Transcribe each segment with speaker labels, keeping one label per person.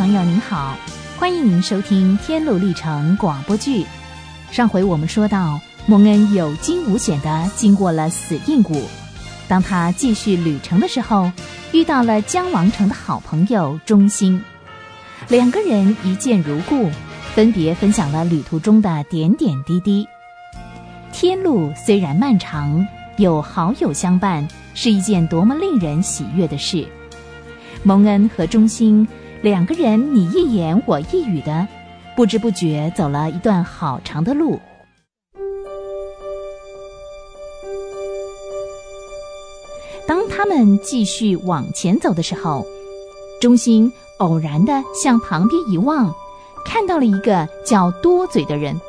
Speaker 1: 朋友您好，欢迎您收听天路历程广播剧。上回我们说到，蒙恩有惊无险地经过了死印谷，当他继续旅程的时候，遇到了江王城的好朋友忠心，两个人一见如故，分别分享了旅途中的点点滴滴。天路虽然漫长，有好友相伴，是一件多么令人喜悦的事。蒙恩和忠心两个人你一言我一语的，不知不觉走了一段好长的路。当他们继续往前走的时候，忠心偶然地向旁边一望，看到了一个叫多嘴的人。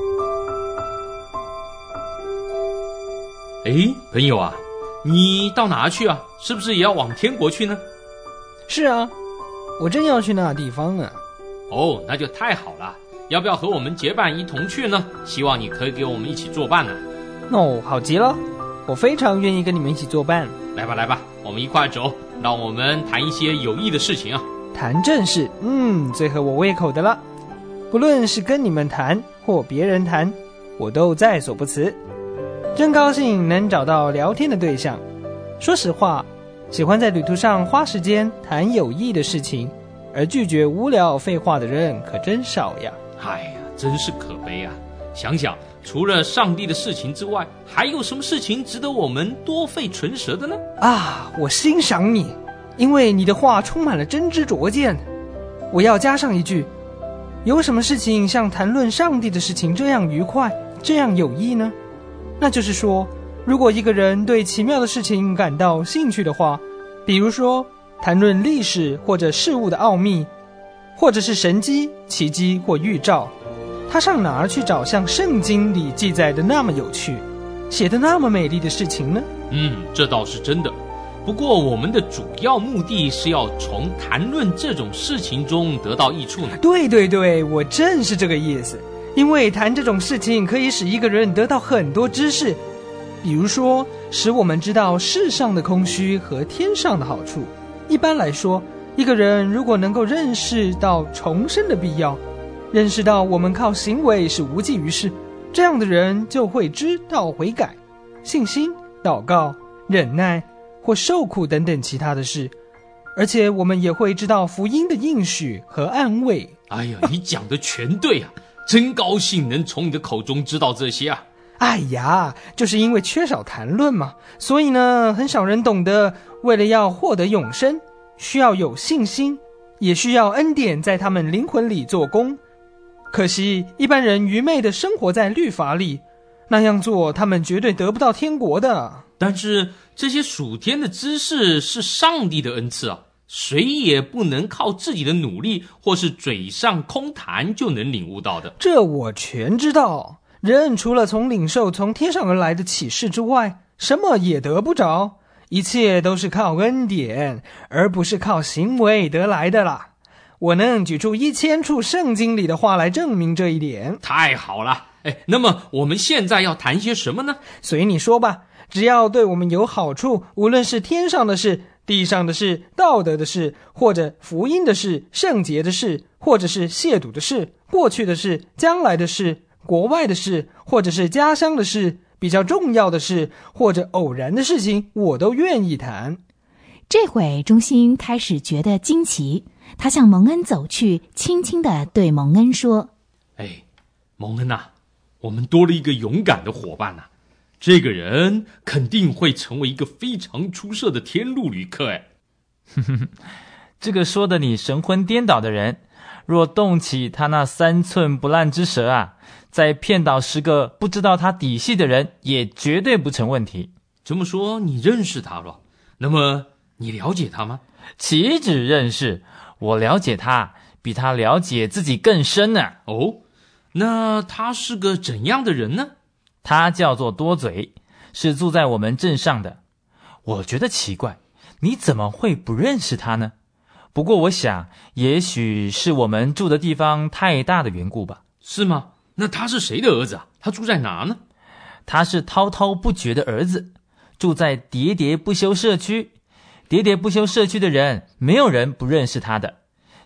Speaker 2: 哎，朋友啊，你到哪去啊？是不是也要往天国去呢？
Speaker 3: 是啊，我正要去那地方呢。
Speaker 2: 哦，那就太好了，要不要和我们结伴一同去呢？希望你可以给我们一起作伴呢。
Speaker 3: 哦，好极了，我非常愿意跟你们一起作伴。
Speaker 2: 来吧来吧，我们一块走，让我们谈一些有益的事情啊。
Speaker 3: 谈正事，最合我胃口的了。不论是跟你们谈或别人谈，我都在所不辞。真高兴能找到聊天的对象。说实话，喜欢在旅途上花时间谈有益的事情，而拒绝无聊废话的人可真少呀。
Speaker 2: 哎呀，真是可悲啊！想想，除了上帝的事情之外，还有什么事情值得我们多费唇舌的呢？
Speaker 3: 啊，我欣赏你，因为你的话充满了真知灼见。我要加上一句，有什么事情像谈论上帝的事情这样愉快，这样有益呢？那就是说，如果一个人对奇妙的事情感到兴趣的话，比如说谈论历史或者事物的奥秘，或者是神迹、奇迹或预兆，他上哪儿去找像圣经里记载的那么有趣，写的那么美丽的事情呢？
Speaker 2: 这倒是真的。不过我们的主要目的是要从谈论这种事情中得到益处呢。
Speaker 3: 对，我正是这个意思。因为谈这种事情可以使一个人得到很多知识，比如说使我们知道世上的空虚和天上的好处。一般来说，一个人如果能够认识到重生的必要，认识到我们靠行为是无济于事，这样的人就会知道悔改、信心、祷告、忍耐或受苦等等其他的事，而且我们也会知道福音的应许和安慰。
Speaker 2: 哎呀，你讲的全对啊！真高兴能从你的口中知道这些啊！
Speaker 3: 哎呀，就是因为缺少谈论嘛，所以呢，很少人懂得，为了要获得永生，需要有信心，也需要恩典在他们灵魂里做工。可惜一般人愚昧地生活在律法里，那样做他们绝对得不到天国的。
Speaker 2: 但是这些属天的知识是上帝的恩赐啊，谁也不能靠自己的努力或是嘴上空谈就能领悟到的。
Speaker 3: 这我全知道，人除了从领受从天上而来的启示之外，什么也得不着，一切都是靠恩典，而不是靠行为得来的啦。我能举出1000处圣经里的话来证明这一点。
Speaker 2: 太好了，那么我们现在要谈些什么呢？
Speaker 3: 随你说吧，只要对我们有好处，无论是天上的事、地上的事、道德的事，或者福音的事、圣洁的事，或者是亵渎的事、过去的事、将来的事、国外的事，或者是家乡的事、比较重要的事，或者偶然的事情，我都愿意谈。
Speaker 1: 这会忠心开始觉得惊奇，他向蒙恩走去，轻轻地对蒙恩说：
Speaker 2: 蒙恩啊，我们多了一个勇敢的伙伴啊，这个人肯定会成为一个非常出色的天路旅客。
Speaker 4: 这个说的你神魂颠倒的人，若动起他那3寸不烂之舌啊，再骗倒10个不知道他底细的人，也绝对不成问题。
Speaker 2: 这么说你认识他了？那么你了解他吗？
Speaker 4: 岂止认识，我了解他比他了解自己更深呢。
Speaker 2: 哦，那他是个怎样的人呢？
Speaker 4: 他叫做多嘴，是住在我们镇上的。我觉得奇怪，你怎么会不认识他呢？不过我想，也许是我们住的地方太大的缘故吧。
Speaker 2: 是吗？那他是谁的儿子啊？他住在哪呢？
Speaker 4: 他是滔滔不绝的儿子，住在喋喋不休社区。喋喋不休社区的人，没有人不认识他的。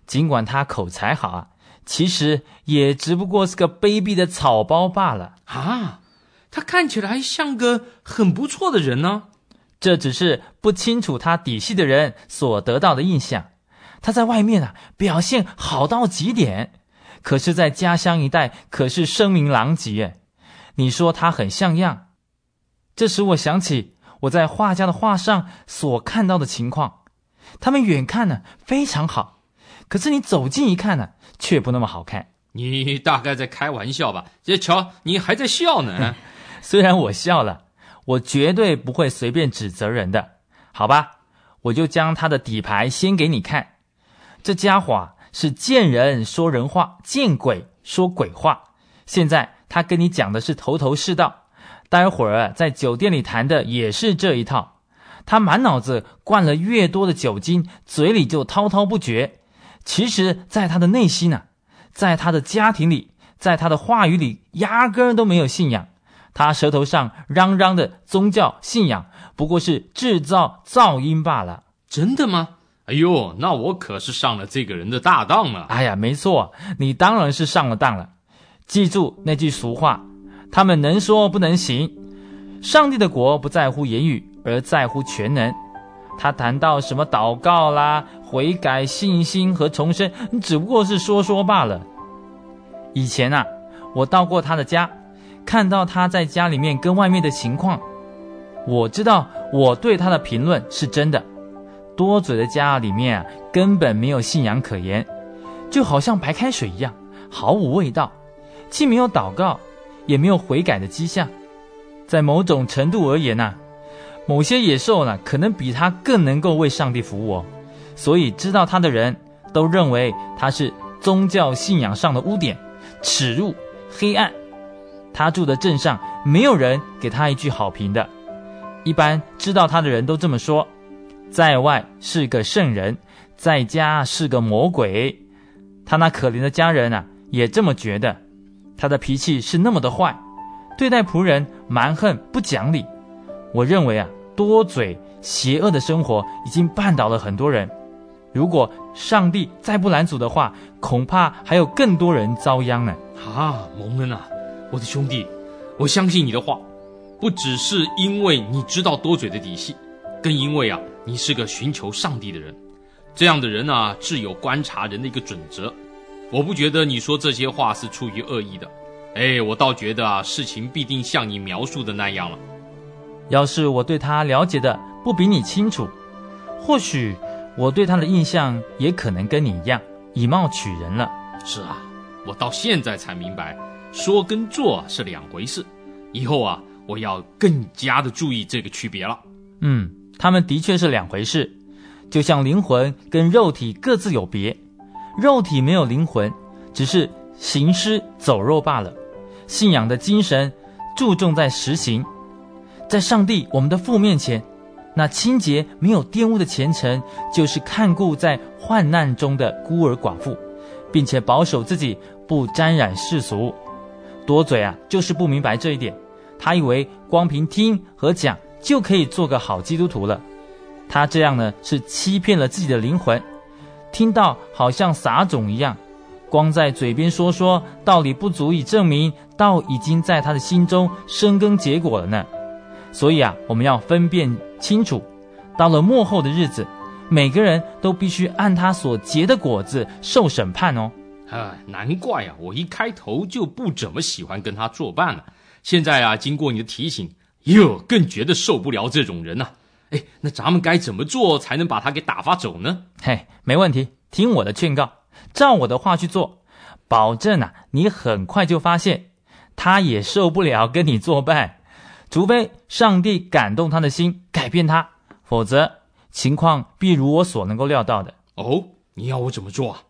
Speaker 4: 尽管他口才好啊，其实也只不过是个卑鄙的草包罢了
Speaker 2: 啊。他看起来像个很不错的人呢。
Speaker 4: 这只是不清楚他底细的人所得到的印象。他在外面啊，表现好到极点，可是在家乡一带可是声名狼藉。你说他很像样，这使我想起我在画家的画上所看到的情况。他们远看呢非常好，可是你走近一看呢，却不那么好看。
Speaker 2: 你大概在开玩笑吧？这瞧，你还在笑呢。
Speaker 4: 虽然我笑了，我绝对不会随便指责人的。好吧，我就将他的底牌先给你看。这家伙啊，是见人说人话，见鬼说鬼话。现在他跟你讲的是头头是道，待会儿在酒店里谈的也是这一套。他满脑子灌了越多的酒精，嘴里就滔滔不绝。其实在他的内心啊，在他的家庭里，在他的话语里，压根都没有信仰。他舌头上嚷嚷的宗教信仰，不过是制造噪音罢了。
Speaker 2: 真的吗？哎呦，那我可是上了这个人的大当了。
Speaker 4: 哎呀，没错，你当然是上了当了。记住那句俗话，他们能说不能行。上帝的国不在乎言语，而在乎全能。他谈到什么祷告啦、悔改、信心和重生，只不过是说说罢了。以前啊，我到过他的家，看到他在家里面跟外面的情况，我知道我对他的评论是真的。多嘴的家里面啊，根本没有信仰可言，就好像白开水一样，毫无味道，既没有祷告，也没有悔改的迹象。在某种程度而言啊，某些野兽呢，可能比他更能够为上帝服务哦。所以知道他的人都认为他是宗教信仰上的污点，耻辱、黑暗。他住的镇上没有人给他一句好评的，一般知道他的人都这么说，在外是个圣人，在家是个魔鬼。他那可怜的家人啊，也这么觉得。他的脾气是那么的坏，对待仆人蛮横不讲理。我认为啊，多嘴邪恶的生活已经绊倒了很多人。如果上帝再不拦阻的话，恐怕还有更多人遭殃呢。
Speaker 2: 蒙恩啊，我的兄弟，我相信你的话，不只是因为你知道多嘴的底细，更因为啊，你是个寻求上帝的人。这样的人啊，自有观察人的一个准则。我不觉得你说这些话是出于恶意的，我倒觉得啊，事情必定像你描述的那样了。
Speaker 4: 要是我对他了解的不比你清楚，或许我对他的印象也可能跟你一样，以貌取人了。
Speaker 2: 是啊，我到现在才明白，说跟做是两回事。以后啊，我要更加的注意这个区别了。
Speaker 4: 他们的确是两回事，就像灵魂跟肉体各自有别。肉体没有灵魂，只是行尸走肉罢了。信仰的精神注重在实行，在上帝我们的父面前，那清洁没有玷污的虔诚，就是看顾在患难中的孤儿寡妇，并且保守自己不沾染世俗。多嘴啊，就是不明白这一点，他以为光凭听和讲就可以做个好基督徒了。他这样呢，是欺骗了自己的灵魂。听到好像撒种一样，光在嘴边说说，道理不足以证明道已经在他的心中生根结果了呢。所以啊，我们要分辨清楚，到了末后的日子，每个人都必须按他所结的果子受审判哦。
Speaker 2: 难怪啊，我一开头就不怎么喜欢跟他作伴了。现在啊，经过你的提醒，更觉得受不了这种人啊。那咱们该怎么做才能把他给打发走呢？
Speaker 4: 没问题，听我的劝告，照我的话去做，保证啊，你很快就发现他也受不了跟你作伴，除非上帝感动他的心，改变他，否则情况必如我所能够料到的。
Speaker 2: 你要我怎么做啊？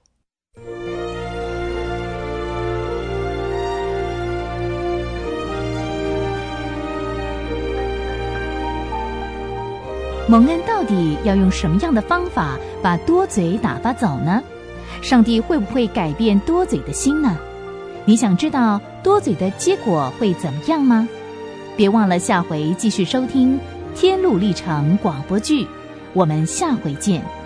Speaker 1: 蒙恩到底要用什么样的方法把多嘴打发走呢？上帝会不会改变多嘴的心呢？你想知道多嘴的结果会怎么样吗？别忘了下回继续收听天路历程广播剧，我们下回见。